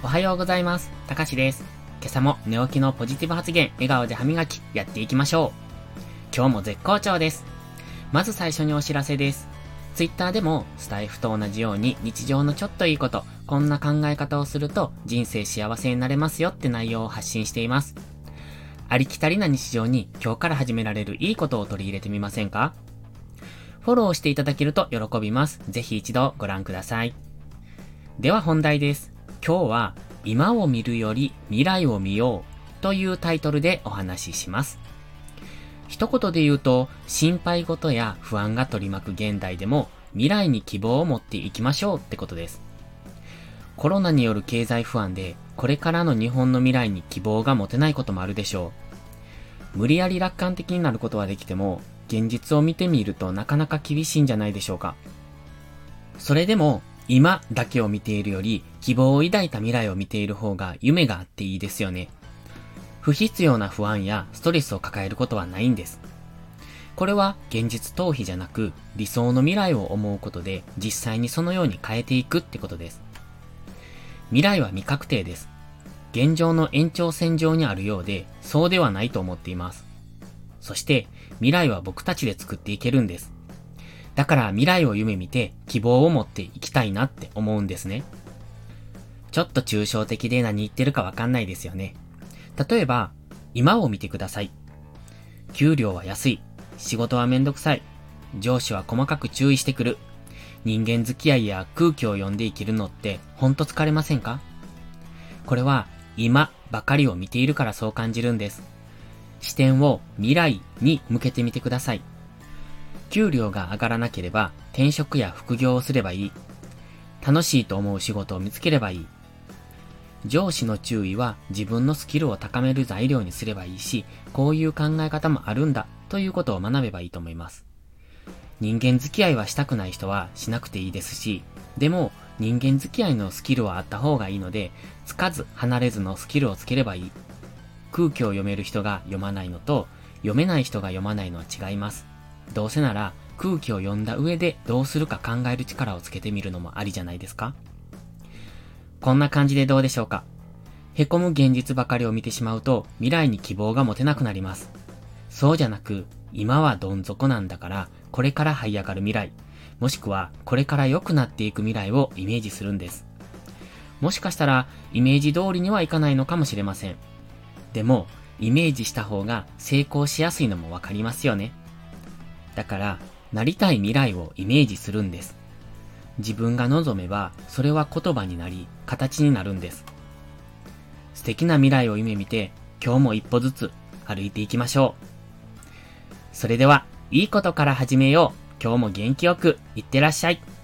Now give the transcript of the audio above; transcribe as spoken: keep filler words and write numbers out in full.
はようございます。たかしです。今朝も寝起きのポジティブ発言、笑顔で歯磨き、やっていきましょう。今日も絶好調です。まず最初にお知らせです。ツイッターでもスタイフと同じように日常のちょっといいこと、こんな考え方をすると人生幸せになれますよって内容を発信しています。ありきたりな日常に今日から始められるいいことを取り入れてみませんか？フォローしていただけると喜びます。ぜひ一度ご覧ください。では本題です。今日は今を見るより未来を見ようというタイトルでお話しします。一言で言うと、心配事や不安が取り巻く現代でも未来に希望を持っていきましょうってことです。コロナによる経済不安でこれからの日本の未来に希望が持てないこともあるでしょう。無理やり楽観的になることはできても、現実を見てみるとなかなか厳しいんじゃないでしょうか。それでも今だけを見ているより希望を抱いた未来を見ている方が夢があっていいですよね。不必要な不安やストレスを抱えることはないんです。これは現実逃避じゃなく理想の未来を思うことで実際にそのように変えていくってことです。未来は未確定です。現状の延長線上にあるようでそうではないと思っています。そして未来は僕たちで作っていけるんです。だから未来を夢見て希望を持っていきたいなって思うんですね。ちょっと抽象的で何言ってるかわかんないですよね。例えば、今を見てください。給料は安い。仕事はめんどくさい。上司は細かく注意してくる。人間付き合いや空気を読んで生きるのってほんと疲れませんか？これは今ばかりを見ているからそう感じるんです。視点を未来に向けてみてください。給料が上がらなければ転職や副業をすればいい。楽しいと思う仕事を見つければいい。上司の注意は自分のスキルを高める材料にすればいいし、こういう考え方もあるんだということを学べばいいと思います。人間付き合いはしたくない人はしなくていいですし、でも人間付き合いのスキルはあった方がいいので、つかず離れずのスキルをつければいい。空気を読める人が読まないのと、読めない人が読まないのは違います。どうせなら空気を読んだ上でどうするか考える力をつけてみるのもありじゃないですか。こんな感じでどうでしょうか。へこむ現実ばかりを見てしまうと未来に希望が持てなくなります。そうじゃなく、今はどん底なんだからこれから這い上がる未来、もしくはこれから良くなっていく未来をイメージするんです。もしかしたらイメージ通りにはいかないのかもしれません。でもイメージした方が成功しやすいのもわかりますよね。だから、なりたい未来をイメージするんです。自分が望めば、それは言葉になり、形になるんです。素敵な未来を夢見て、今日も一歩ずつ歩いていきましょう。それでは、いいことから始めよう。今日も元気よく、いってらっしゃい。